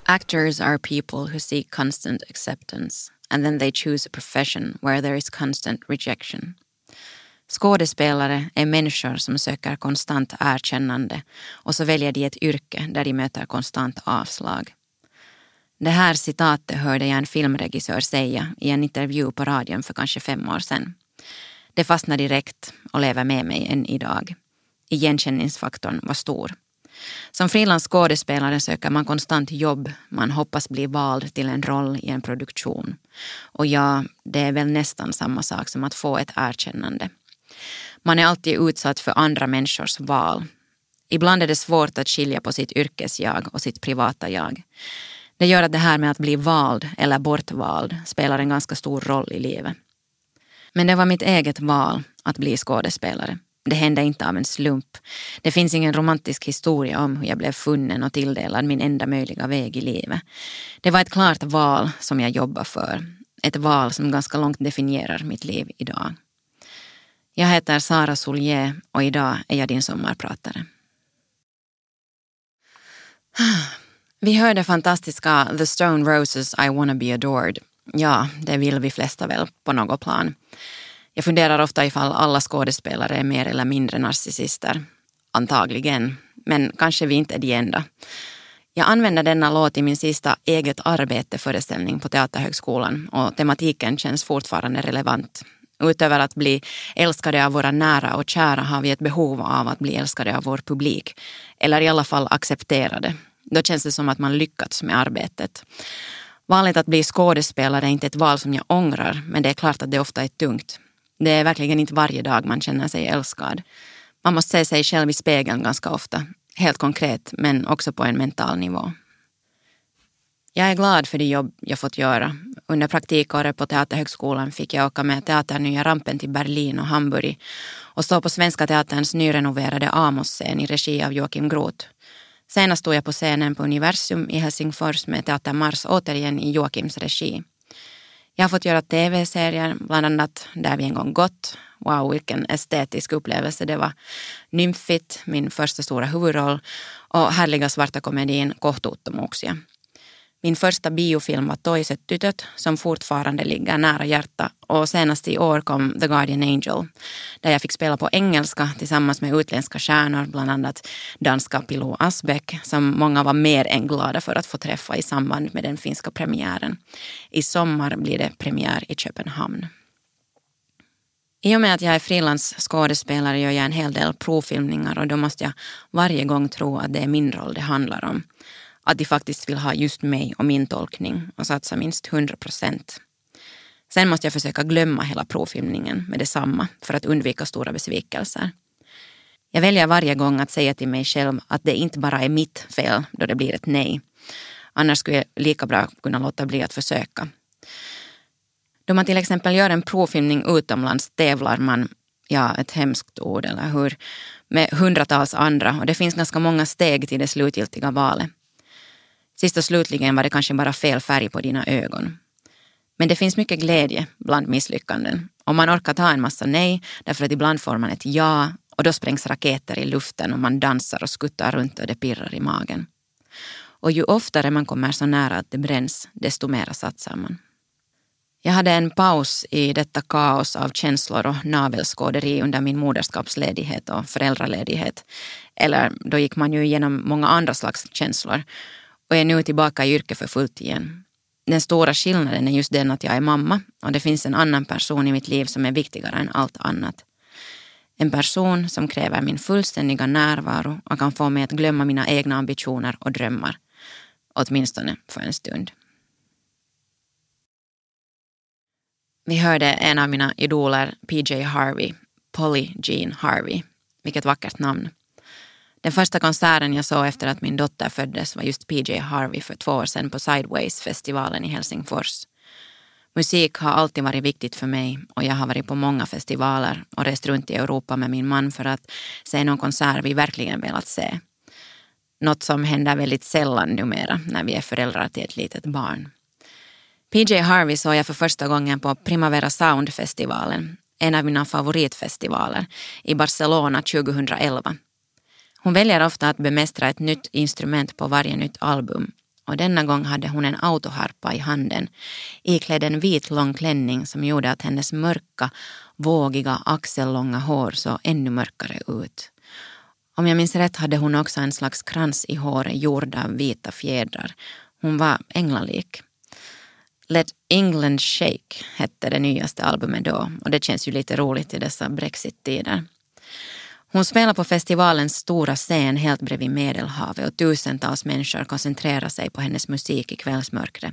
Actors are people who seek constant acceptance, and then they choose a profession where there is constant rejection. Skådespelare är människor som söker konstant erkännande och så väljer de ett yrke där de möter konstant avslag. Det här citatet hörde jag en filmregissör säga i en intervju på radion för kanske 5 år sedan. Det fastnade direkt och lever med mig än idag. Igenkänningsfaktorn var stor. Som frilansskådespelare söker man konstant jobb. Man hoppas bli vald till en roll i en produktion. Och ja, det är väl nästan samma sak som att få ett erkännande. Man är alltid utsatt för andra människors val. Ibland är det svårt att skilja på sitt yrkesjag och sitt privata jag. Det gör att det här med att bli vald eller bortvald spelar en ganska stor roll i livet. Men det var mitt eget val att bli skådespelare. Det hände inte av en slump. Det finns ingen romantisk historia om hur jag blev funnen och tilldelad min enda möjliga väg i livet. Det var ett klart val som jag jobbar för. Ett val som ganska långt definierar mitt liv idag. Jag heter Sara Soulier och idag är jag din sommarpratare. Vi hörde fantastiska The Stone Roses I Wanna Be Adored. Ja, det vill vi flesta väl på något plan. Jag funderar ofta ifall alla skådespelare är mer eller mindre narcissister. Antagligen, men kanske vi inte är de enda. Jag använder denna låt i min sista eget arbete-föreställning på Teaterhögskolan och tematiken känns fortfarande relevant. Utöver att bli älskade av våra nära och kära har vi ett behov av att bli älskade av vår publik. Eller i alla fall accepterade. Då känns det som att man lyckats med arbetet. Valet att bli skådespelare är inte ett val som jag ångrar, men det är klart att det ofta är tungt. Det är verkligen inte varje dag man känner sig älskad. Man måste se sig själv i spegeln ganska ofta. Helt konkret, men också på en mental nivå. Jag är glad för det jobb jag fått göra. Under praktikåret på Teaterhögskolan fick jag åka med Teater Nya Rampen till Berlin och Hamburg och stå på Svenska Teaterns nyrenoverade Amos-scen i regi av Joakim Groth. Senast stod jag på scenen på Universum i Helsingfors med Teater Mars återigen i Joakims regi. Jag har fått göra tv-serier, bland annat Där vi en gång gått. Wow, vilken estetisk upplevelse det var. Nymfit, min första stora huvudroll, och härliga svarta komedin Kohtuuttomuuksia. Min första biofilm var Toiset tytöt, som fortfarande ligger nära hjärta, och senast i år kom The Guardian Angel, där jag fick spela på engelska tillsammans med utländska stjärnor, bland annat danska Pilou Asbäck, som många var mer än glada för att få träffa i samband med den finska premiären. I sommar blir det premiär i Köpenhamn. I och med att jag är frilansskådespelare gör jag en hel del provfilmningar, och då måste jag varje gång tro att det är min roll det handlar om. Att de faktiskt vill ha just mig och min tolkning och satsa minst 100%. Sen måste jag försöka glömma hela provfilmningen med detsamma för att undvika stora besvikelser. Jag väljer varje gång att säga till mig själv att det inte bara är mitt fel då det blir ett nej. Annars skulle jag lika bra kunna låta bli att försöka. Då man till exempel gör en provfilmning utomlands tävlar man, ja, ett hemskt ord eller hur, med hundratals andra, och det finns ganska många steg till det slutgiltiga valet. Sist och slutligen var det kanske bara fel färg på dina ögon. Men det finns mycket glädje bland misslyckanden. Och man orkar ta en massa nej, därför att ibland får man ett ja, och då sprängs raketer i luften och man dansar och skuttar runt och det pirrar i magen. Och ju oftare man kommer så nära att det bränns, desto mera satsar man. Jag hade en paus i detta kaos av känslor och navelskåderi under min moderskapsledighet och föräldraledighet. Eller då gick man ju igenom många andra slags känslor och är nu tillbaka i yrke för fullt igen. Den stora skillnaden är just den att jag är mamma, och det finns en annan person i mitt liv som är viktigare än allt annat. En person som kräver min fullständiga närvaro och kan få mig att glömma mina egna ambitioner och drömmar. Åtminstone för en stund. Vi hörde en av mina idoler, PJ Harvey, Polly Jean Harvey. Vilket vackert namn. Den första konserten jag såg efter att min dotter föddes var just PJ Harvey för 2 år sedan på Sideways-festivalen i Helsingfors. Musik har alltid varit viktigt för mig, och jag har varit på många festivaler och rest runt i Europa med min man för att se någon konsert vi verkligen velat se. Något som händer väldigt sällan numera när vi är föräldrar till ett litet barn. PJ Harvey såg jag för första gången på Primavera Sound-festivalen, en av mina favoritfestivaler, i Barcelona 2011. Hon väljer ofta att bemästra ett nytt instrument på varje nytt album, och denna gång hade hon en autoharpa i handen, iklädd en vit lång klänning som gjorde att hennes mörka, vågiga, axellånga hår såg ännu mörkare ut. Om jag minns rätt hade hon också en slags krans i håret gjord av vita fjädrar. Hon var änglalik. Let England Shake hette det nyaste albumet då, och det känns ju lite roligt i dessa Brexit-tider. Hon spelar på festivalens stora scen helt bredvid Medelhavet och tusentals människor koncentrerar sig på hennes musik i kvällsmörkret.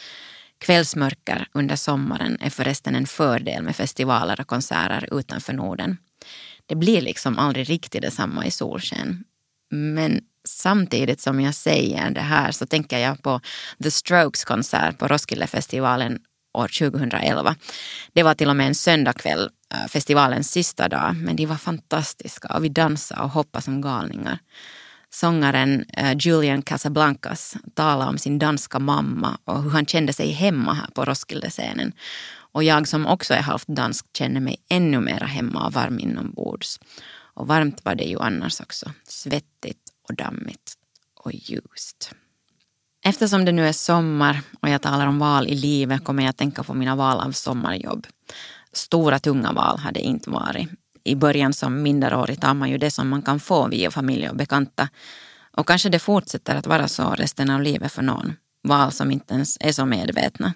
Kvällsmörker under sommaren är förresten en fördel med festivaler och konserter utanför Norden. Det blir liksom aldrig riktigt detsamma i solsken. Men samtidigt som jag säger det här så tänker jag på The Strokes konsert på Roskildefestivalen år 2011. Det var till och med en söndagkväll, festivalens sista dag, men de var fantastiska och vi dansade och hoppade som galningar. Sångaren Julian Casablancas talade om sin danska mamma och hur han kände sig hemma här på Roskildescenen. Och jag som också är halvt dansk känner mig ännu mer hemma och varm inombords. Och varmt var det ju annars också. Svettigt och dammigt och ljust. Eftersom det nu är sommar och jag talar om val i livet kommer jag att tänka på mina val av sommarjobb. Stora tunga val hade inte varit. I början som minderårig tar man ju det som man kan få via familj och bekanta. Och kanske det fortsätter att vara så resten av livet för någon. Val som inte ens är så medvetna.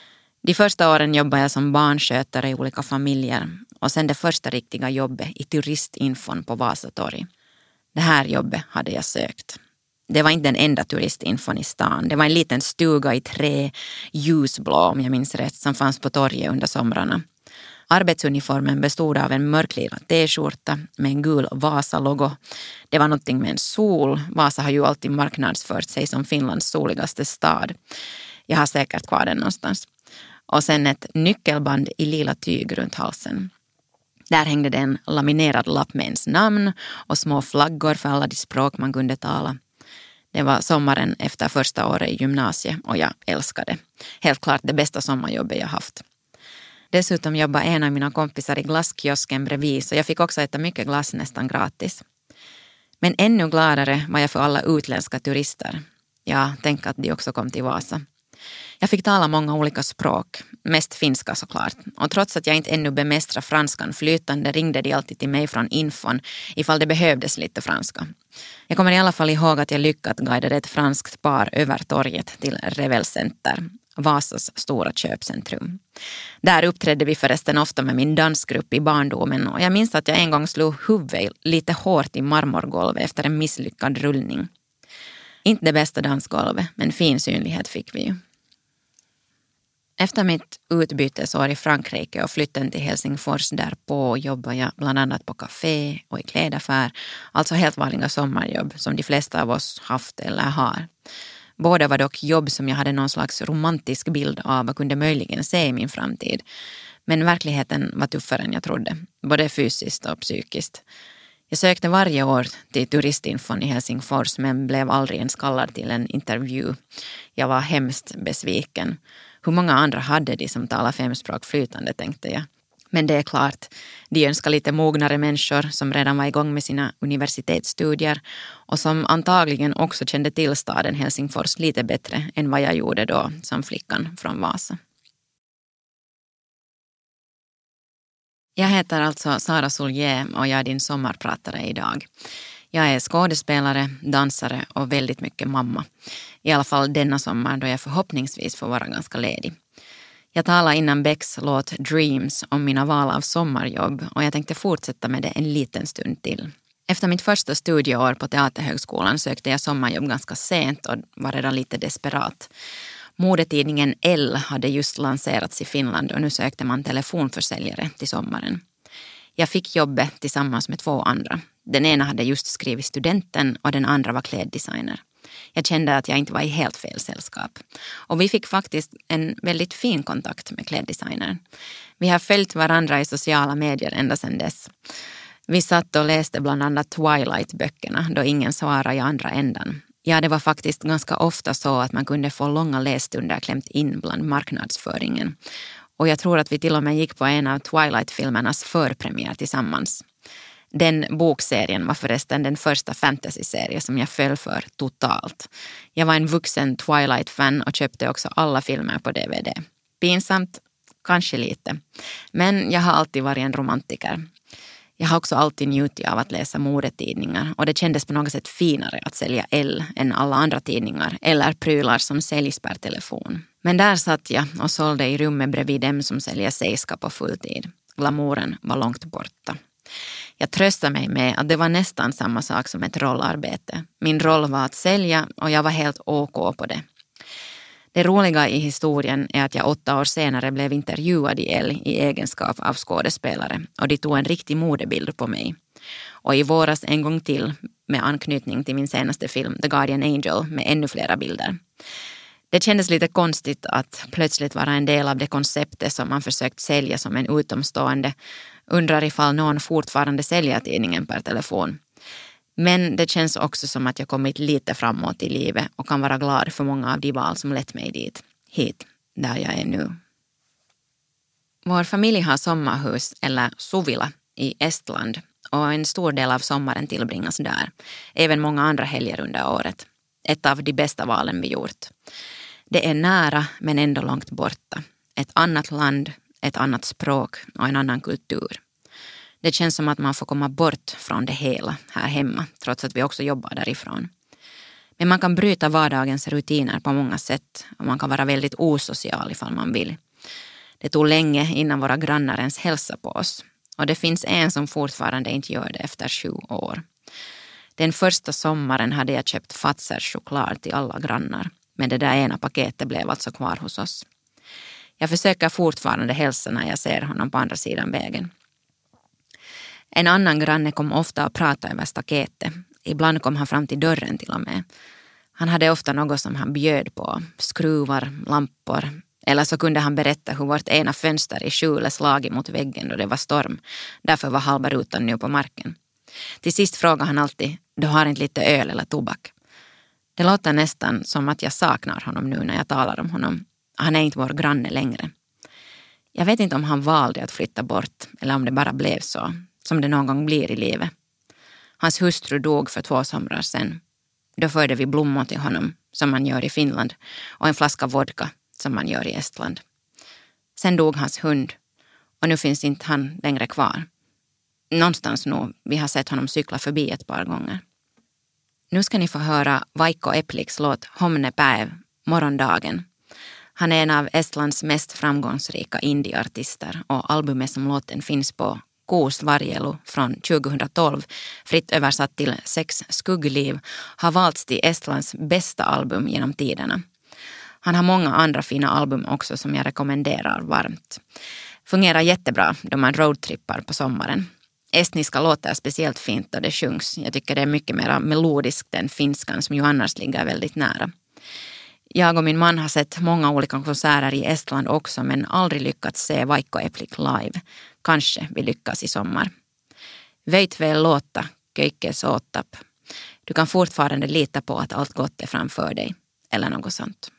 De första åren jobbade jag som barnskötare i olika familjer. Och sen det första riktiga jobbet i turistinfon på Vasatorg. Det här jobbet hade jag sökt. Det var inte den enda turistinfon i stan. Det var en liten stuga i trä, ljusblå om jag minns rätt, som fanns på torget under somrarna. Arbetsuniformen bestod av en mörklila t-skjorta med en gul Vasa-logo. Det var någonting med en sol. Vasa har ju alltid marknadsfört sig som Finlands soligaste stad. Jag har säkert kvar den någonstans. Och sen ett nyckelband i lila tyg runt halsen. Där hängde det en laminerad lapp med ens namn och små flaggor för alla de språk man kunde tala. Det var sommaren efter första året i gymnasiet och jag älskade. Helt klart det bästa sommarjobbet jag haft. Dessutom jobbade en av mina kompisar i glasskiosken bredvid så jag fick också äta mycket glass nästan gratis. Men ännu gladare var jag för alla utländska turister. Jag tänker att de också kom till Vasa. Jag fick tala många olika språk, mest finska såklart. Och trots att jag inte ännu bemästrar franskan flytande ringde de alltid till mig från infon ifall det behövdes lite franska. Jag kommer i alla fall ihåg att jag lyckats guida ett franskt par över torget till Revel Center, Vasas stora köpcentrum. Där uppträdde vi förresten ofta med min dansgrupp i barndomen och jag minns att jag en gång slog huvudet lite hårt i marmorgolvet efter en misslyckad rullning. Inte det bästa dansgolvet, men fin synlighet fick vi ju. Efter mitt utbytesår i Frankrike och flytten till Helsingfors därpå jobbade jag bland annat på café och i klädaffär. Alltså helt vanliga sommarjobb som de flesta av oss haft eller har. Båda var dock jobb som jag hade någon slags romantisk bild av och kunde möjligen se i min framtid. Men verkligheten var tuffare än jag trodde, både fysiskt och psykiskt. Jag sökte varje år till turistinfon i Helsingfors men blev aldrig ens kallad till en intervju. Jag var hemskt besviken. Hur många andra hade de som talar 5 språk flytande, tänkte jag. Men det är klart, de önskar lite mognare människor som redan var igång med sina universitetsstudier och som antagligen också kände till staden Helsingfors lite bättre än vad jag gjorde då som flickan från Vasa. Jag heter alltså Sara Soulier och jag är din sommarpratare idag. Jag är skådespelare, dansare och väldigt mycket mamma. I alla fall denna sommar då jag förhoppningsvis får vara ganska ledig. Jag talade innan Becks låt Dreams om mina val av sommarjobb och jag tänkte fortsätta med det en liten stund till. Efter mitt första studieår på Teaterhögskolan sökte jag sommarjobb ganska sent och var redan lite desperat. Modetidningen Elle hade just lanserats i Finland och nu sökte man telefonförsäljare till sommaren. Jag fick jobbet tillsammans med 2 andra. Den ena hade just skrivit studenten och den andra var kläddesigner. Jag kände att jag inte var i helt fel sällskap. Och vi fick faktiskt en väldigt fin kontakt med kläddesignern. Vi har följt varandra i sociala medier ända sedan dess. Vi satt och läste bland annat Twilight-böckerna då ingen svarade i andra ändan. Ja, det var faktiskt ganska ofta så att man kunde få långa lässtunder klämt in bland marknadsföringen. Och jag tror att vi till och med gick på en av Twilight-filmernas förpremiär tillsammans. Den bokserien var förresten den första fantasyserie som jag föll för totalt. Jag var en vuxen Twilight-fan och köpte också alla filmer på DVD. Pinsamt, kanske lite. Men jag har alltid varit en romantiker. Jag har också alltid njutit av att läsa modetidningar och det kändes på något sätt finare att sälja L än alla andra tidningar eller prylar som säljs per telefon. Men där satt jag och sålde i rummet bredvid dem som säljer sejska på fulltid. Glamouren var långt borta. Jag tröstade mig med att det var nästan samma sak som ett rollarbete. Min roll var att sälja och jag var helt OK på det. Det roliga i historien är att jag 8 år senare blev intervjuad i L i egenskap av skådespelare och de tog en riktig modebild på mig. Och i våras en gång till med anknytning till min senaste film The Guardian Angel med ännu flera bilder. Det kändes lite konstigt att plötsligt vara en del av det konceptet som man försökt sälja som en utomstående. Undrar ifall någon fortfarande säljer tidningen per telefon. Men det känns också som att jag kommit lite framåt i livet och kan vara glad för många av de val som lett mig hit, där jag är nu. Vår familj har sommarhus, eller suvila, i Estland och en stor del av sommaren tillbringas där. Även många andra helger under året. Ett av de bästa valen vi gjort. Det är nära men ändå långt borta. Ett annat land, ett annat språk och en annan kultur. Det känns som att man får komma bort från det hela här hemma, trots att vi också jobbar därifrån. Men man kan bryta vardagens rutiner på många sätt och man kan vara väldigt osocial ifall man vill. Det tog länge innan våra grannar ens hälsade på oss. Och det finns en som fortfarande inte gör det efter 7 år. Den första sommaren hade jag köpt Fazers choklad till alla grannar. Men det där ena paketet blev alltså kvar hos oss. Jag försöker fortfarande hälsa när jag ser honom på andra sidan vägen. En annan granne kom ofta och pratade över staketet. Ibland kom han fram till dörren till och med. Han hade ofta något som han bjöd på. Skruvar, lampor. Eller så kunde han berätta hur vårt ena fönster i skjulet slagit mot väggen då det var storm. Därför var halva rutan nu på marken. Till sist frågade han alltid, du har inte lite öl eller tobak? Det låter nästan som att jag saknar honom nu när jag talar om honom. Han är inte vår granne längre. Jag vet inte om han valde att flytta bort eller om det bara blev så, som det någon gång blir i livet. Hans hustru dog för 2 somrar sedan. Då förde vi blommor till honom, som man gör i Finland, och en flaska vodka, som man gör i Estland. Sen dog hans hund, och nu finns inte han längre kvar. Någonstans nu, vi har sett honom cykla förbi ett par gånger. Nu ska ni få höra Vaikko Epliks låt Homne päev, morgondagen. Han är en av Estlands mest framgångsrika indieartister och albumet som låten finns på, Kuus varjelu från 2012, fritt översatt till 6 skuggliv, har valts till Estlands bästa album genom tiderna. Han har många andra fina album också som jag rekommenderar varmt. Fungerar jättebra då man roadtrippar på sommaren. Estniska låter speciellt fint då det sjungs. Jag tycker det är mycket mer melodiskt än finskan som ju annars ligger väldigt nära. Jag och min man har sett många olika konserter i Estland också men aldrig lyckats se Vaikko Eplik live. Kanske vi lyckas i sommar. Veit väl låta, köike såtap. Du kan fortfarande lita på att allt gott är framför dig. Eller något sånt.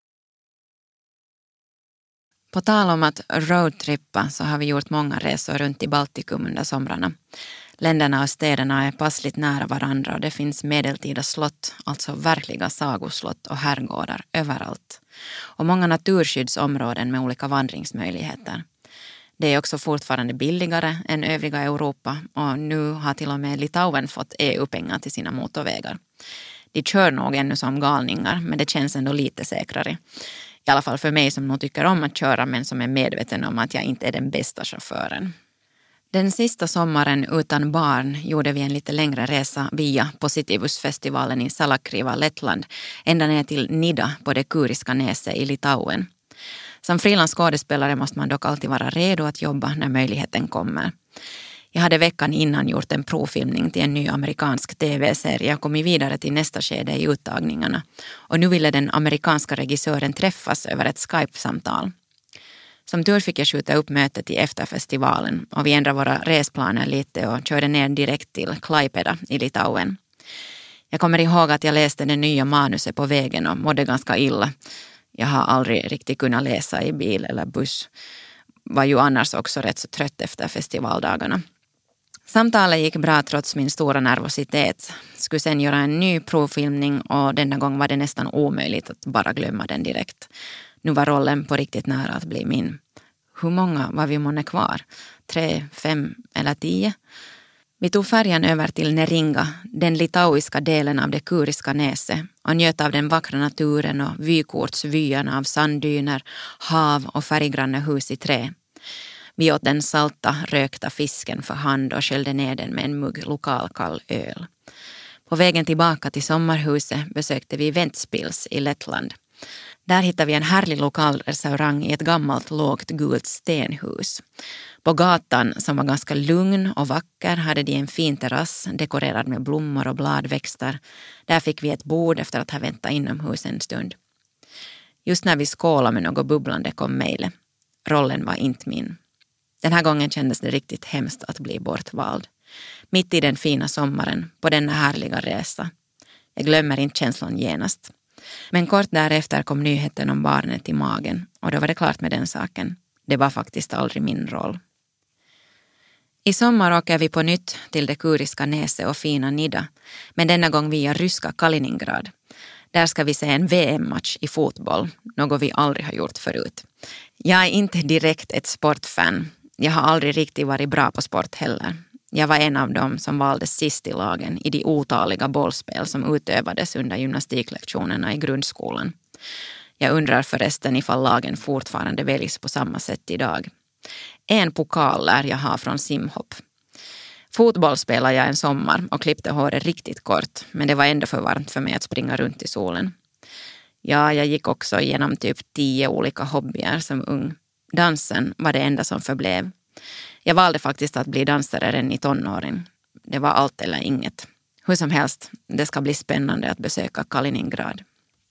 På tal om att roadtrippa så har vi gjort många resor runt i Baltikum under somrarna. Länderna och städerna är passligt nära varandra och det finns medeltida slott, alltså verkliga sagoslott och herrgårdar överallt. Och många naturskyddsområden med olika vandringsmöjligheter. Det är också fortfarande billigare än övriga Europa och nu har till och med Litauen fått EU-pengar till sina motorvägar. De kör nog ännu som galningar men det känns ändå lite säkrare. I alla fall för mig som nog tycker om att köra men som är medveten om att jag inte är den bästa chauffören. Den sista sommaren utan barn gjorde vi en lite längre resa via Positivusfestivalen i Salakriva, Lettland, ända ner till Nida på det Kuriska näset i Litauen. Som frilansskådespelare måste man dock alltid vara redo att jobba när möjligheten kommer. Jag hade veckan innan gjort en provfilmning till en ny amerikansk tv-serie och kommit vidare till nästa skede i uttagningarna. Och nu ville den amerikanska regissören träffas över ett Skype-samtal. Som tur fick jag skjuta upp mötet efter festivalen och vi ändrade våra resplaner lite och körde ner direkt till Klaipeda i Litauen. Jag kommer ihåg att jag läste det nya manuset på vägen och mådde ganska illa. Jag har aldrig riktigt kunnat läsa i bil eller buss. Var ju annars också rätt så trött efter festivaldagarna. Samtalet gick bra trots min stora nervositet. Skulle sen göra en ny provfilmning och denna gång var det nästan omöjligt att bara glömma den direkt. Nu var rollen på riktigt nära att bli min. Hur många var vi månne kvar? 3, 5 eller 10? Vi tog färjan över till Neringa, den litauiska delen av det kuriska näset, och njöt av den vackra naturen och vykortsvyarna av sanddyner, hav och färggranna hus i trä. Vi åt den salta, rökta fisken för hand och sköljde ner den med en mugg lokal kall öl. På vägen tillbaka till sommarhuset besökte vi Ventspils i Lettland. Där hittade vi en härlig lokal restaurang i ett gammalt lågt gult stenhus. På gatan, som var ganska lugn och vacker, hade de en fin terrass dekorerad med blommor och bladväxter. Där fick vi ett bord efter att ha väntat inomhus en stund. Just när vi skålade med något bubblande kom mejlet. Rollen var inte min. Den här gången kändes det riktigt hemskt att bli bortvald. Mitt i den fina sommaren, på denna härliga resa. Jag glömmer inte känslan genast. Men kort därefter kom nyheten om barnet i magen och då var det klart med den saken. Det var faktiskt aldrig min roll. I sommar åker vi på nytt till det kuriska näset och fina Nida, men denna gång via ryska Kaliningrad. Där ska vi se en VM-match i fotboll, något vi aldrig har gjort förut. Jag är inte direkt ett sportfan. Jag har aldrig riktigt varit bra på sport heller. Jag var en av dem som valdes sist i lagen i de otaliga bollspel som utövades under gymnastiklektionerna i grundskolan. Jag undrar förresten ifall lagen fortfarande väljs på samma sätt idag. En pokal lär jag ha från simhopp. Fotboll spelade jag en sommar och klippte håret riktigt kort, men det var ändå för varmt för mig att springa runt i solen. Ja, jag gick också igenom typ 10 olika hobbyer som ung. Dansen var det enda som förblev. Jag valde faktiskt att bli dansare redan i tonåren. Det var allt eller inget. Hur som helst, det ska bli spännande att besöka Kaliningrad.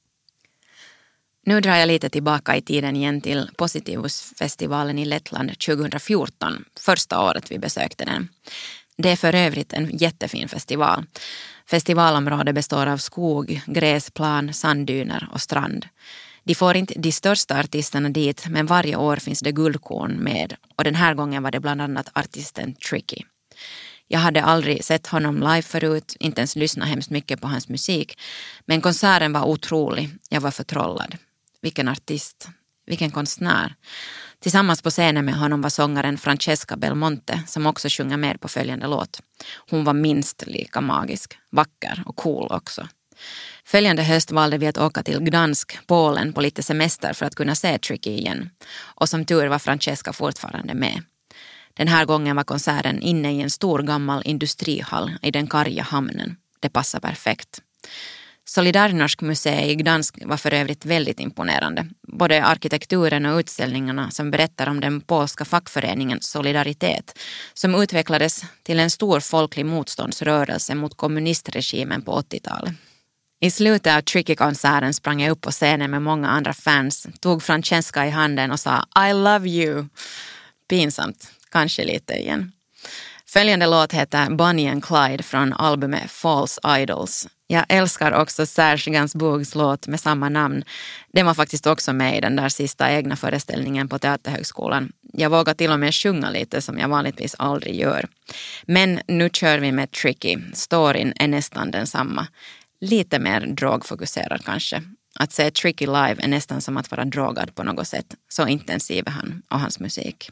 Nu drar jag lite tillbaka i tiden igen till Positivus-festivalen i Lettland 2014, första året vi besökte den. Det är för övrigt en jättefin festival. Festivalområdet består av skog, gräsplan, sanddyner och strand. De får inte de största artisterna dit, men varje år finns det guldkorn med och den här gången var det bland annat artisten Tricky. Jag hade aldrig sett honom live förut, inte ens lyssnat hemskt mycket på hans musik, men konserten var otrolig, jag var förtrollad. Vilken artist, vilken konstnär. Tillsammans på scenen med honom var sångaren Francesca Belmonte som också sjunger med på följande låt. Hon var minst lika magisk, vacker och cool också. Följande höst valde vi att åka till Gdansk, Polen på lite semester för att kunna se Tricky igen. Och som tur var Francesca fortfarande med. Den här gången var konserten inne i en stor gammal industrihall i den karga hamnen. Det passade perfekt. Solidarność museet i Gdansk var för övrigt väldigt imponerande. Både arkitekturen och utställningarna som berättar om den polska fackföreningen Solidaritet som utvecklades till en stor folklig motståndsrörelse mot kommunistregimen på 80-talet. I slutet av Tricky-konserten sprang jag upp på scenen med många andra fans, tog Francesca i handen och sa I love you. Pinsamt, kanske lite igen. Följande låt heter Bonnie and Clyde från albumet False Idols. Jag älskar också Serge Gainsbourgs låt med samma namn. Den var faktiskt också med i den där sista egna föreställningen på Teaterhögskolan. Jag vågar till och med sjunga lite som jag vanligtvis aldrig gör. Men nu kör vi med Tricky. Storyn är nästan densamma. Lite mer drogfokuserad kanske. Att se Tricky live är nästan som att vara drogad på något sätt. Så intensiv är han och hans musik.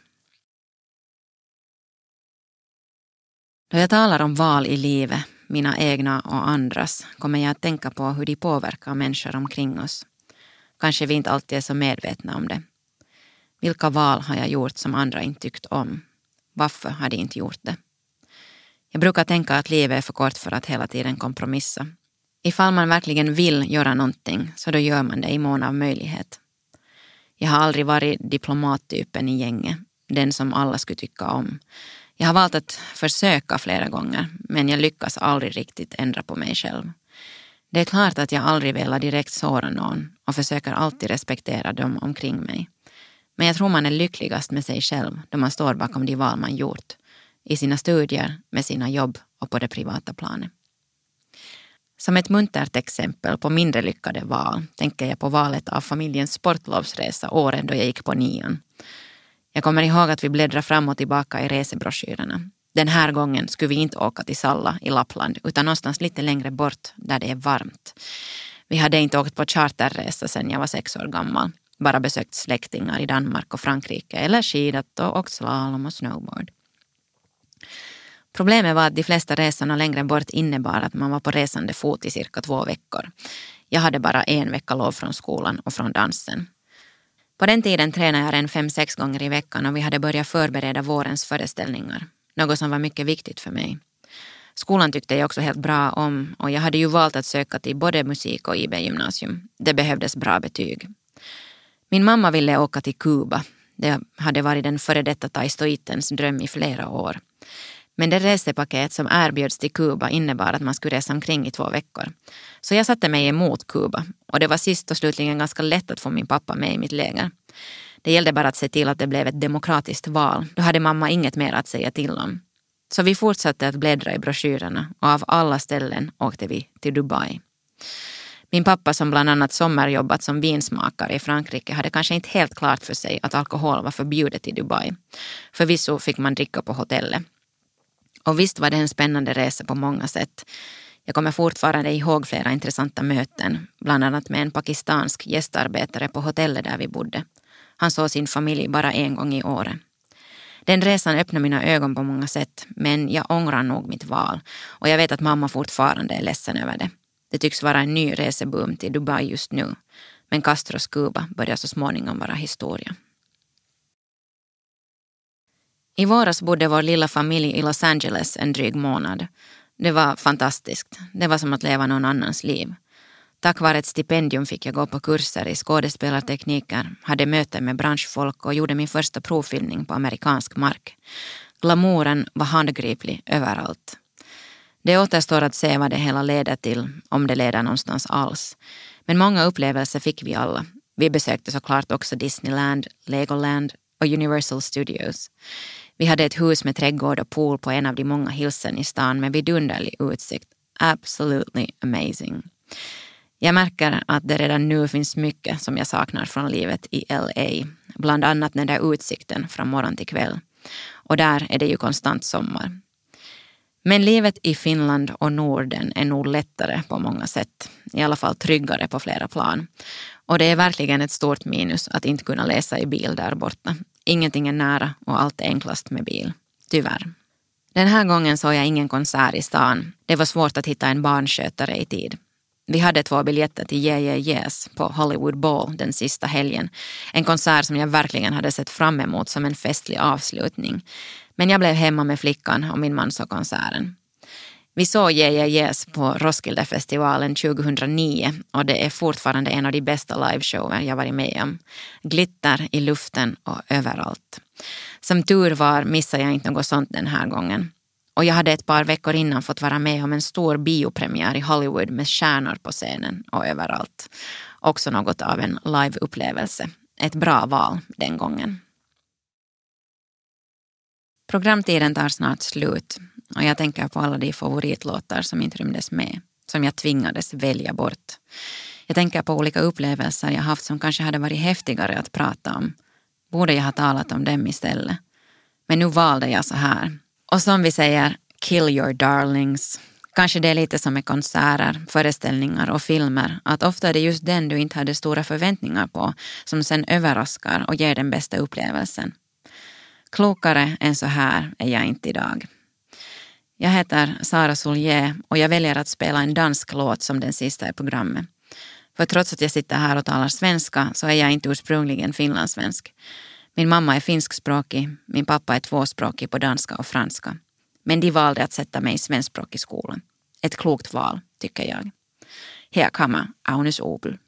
Då jag talar om val i livet, mina egna och andras, kommer jag att tänka på hur de påverkar människor omkring oss. Kanske vi inte alltid är så medvetna om det. Vilka val har jag gjort som andra inte tyckt om? Varför har de inte gjort det? Jag brukar tänka att livet är för kort för att hela tiden kompromissa. Ifall man verkligen vill göra någonting så då gör man det i mån av möjlighet. Jag har aldrig varit diplomattypen i gänget, den som alla skulle tycka om. Jag har valt att försöka flera gånger, men jag lyckas aldrig riktigt ändra på mig själv. Det är klart att jag aldrig velat direkt såra någon och försöker alltid respektera dem omkring mig. Men jag tror man är lyckligast med sig själv då man står bakom de val man gjort. I sina studier, med sina jobb och på det privata planet. Som ett muntert exempel på mindre lyckade val tänker jag på valet av familjens sportlovsresa åren då jag gick på 9. Jag kommer ihåg att vi bläddrade fram och tillbaka i resebrocyrerna. Den här gången skulle vi inte åka till Salla i Lappland utan någonstans lite längre bort där det är varmt. Vi hade inte åkt på charterresa sedan jag var 6 år gammal. Bara besökt släktingar i Danmark och Frankrike eller skidat och åkt slalom och snowboard. Problemet var att de flesta resorna längre bort innebar att man var på resande fot i cirka 2 veckor. Jag hade bara 1 vecka lov från skolan och från dansen. På den tiden tränade jag en 5-6 gånger i veckan och vi hade börjat förbereda vårens föreställningar. Något som var mycket viktigt för mig. Skolan tyckte jag också helt bra om och jag hade ju valt att söka till både musik och IB-gymnasium. Det behövdes bra betyg. Min mamma ville åka till Kuba. Det hade varit den före detta taistoitens dröm i flera år. Men det resepaket som erbjöds till Kuba innebar att man skulle resa omkring i 2 veckor. Så jag satte mig emot Kuba och det var sist och slutligen ganska lätt att få min pappa med i mitt läger. Det gällde bara att se till att det blev ett demokratiskt val. Då hade mamma inget mer att säga till om. Så vi fortsatte att bläddra i broschyrerna och av alla ställen åkte vi till Dubai. Min pappa som bland annat sommarjobbat som vinsmakare i Frankrike hade kanske inte helt klart för sig att alkohol var förbjudet i Dubai. Förvisso fick man dricka på hotellet. Och visst var det en spännande resa på många sätt. Jag kommer fortfarande ihåg flera intressanta möten, bland annat med en pakistansk gästarbetare på hotellet där vi bodde. Han såg sin familj bara 1 gång i året. Den resan öppnade mina ögon på många sätt, men jag ångrar nog mitt val. Och jag vet att mamma fortfarande är ledsen över det. Det tycks vara en ny reseboom till Dubai just nu, men Castros Kuba börjar så småningom vara historia. I våras bodde vår lilla familj i Los Angeles en dryg månad. Det var fantastiskt. Det var som att leva någon annans liv. Tack vare ett stipendium fick jag gå på kurser i skådespelartekniker, hade möten med branschfolk och gjorde min första provfilmning på amerikansk mark. Glamouren var handgriplig överallt. Det återstår att se vad det hela leder till, om det leder någonstans alls. Men många upplevelser fick vi alla. Vi besökte såklart också Disneyland, Legoland och Universal Studios. Vi hade ett hus med trädgård och pool på en av de många hillsen i stan med vidunderlig utsikt. Absolutely amazing. Jag märker att det redan nu finns mycket som jag saknar från livet i LA. Bland annat den där utsikten från morgon till kväll. Och där är det ju konstant sommar. Men livet i Finland och Norden är nog lättare på många sätt. I alla fall tryggare på flera plan. Och det är verkligen ett stort minus att inte kunna läsa i bil där borta. Ingenting är nära och allt är enklast med bil. Tyvärr. Den här gången såg jag ingen konsert i stan. Det var svårt att hitta en barnskötare i tid. Vi hade 2 biljetter till Yeah Yeah Yes på Hollywood Bowl den sista helgen. En konsert som jag verkligen hade sett fram emot som en festlig avslutning. Men jag blev hemma med flickan och min man såg konserten. Vi såg Yeah Yeah Yes på Roskildefestivalen 2009 och det är fortfarande en av de bästa liveshower jag varit med om. Glitter i luften och överallt. Som tur var missade jag inte något sånt den här gången. Och jag hade ett par veckor innan fått vara med om en stor biopremiär i Hollywood med stjärnor på scenen och överallt. Också något av en live-upplevelse. Ett bra val den gången. Programtiden tar snart slut och jag tänker på alla de favoritlåtar som inte rymdes med, som jag tvingades välja bort. Jag tänker på olika upplevelser jag haft som kanske hade varit häftigare att prata om. Borde jag ha talat om dem istället? Men nu valde jag så här. Och som vi säger, kill your darlings. Kanske det är lite som med konserter, föreställningar och filmer. Att ofta är det just den du inte hade stora förväntningar på som sen överraskar och ger den bästa upplevelsen. Klokare än så här är jag inte idag. Jag heter Sara Soulier och jag väljer att spela en dansk låt som den sista i programmet. För trots att jag sitter här och talar svenska så är jag inte ursprungligen finlandssvensk. Min mamma är finskspråkig, min pappa är tvåspråkig på danska och franska. Men de valde att sätta mig i svenskspråkig skolan. Ett klokt val, tycker jag. Här kommer Aunus Opel.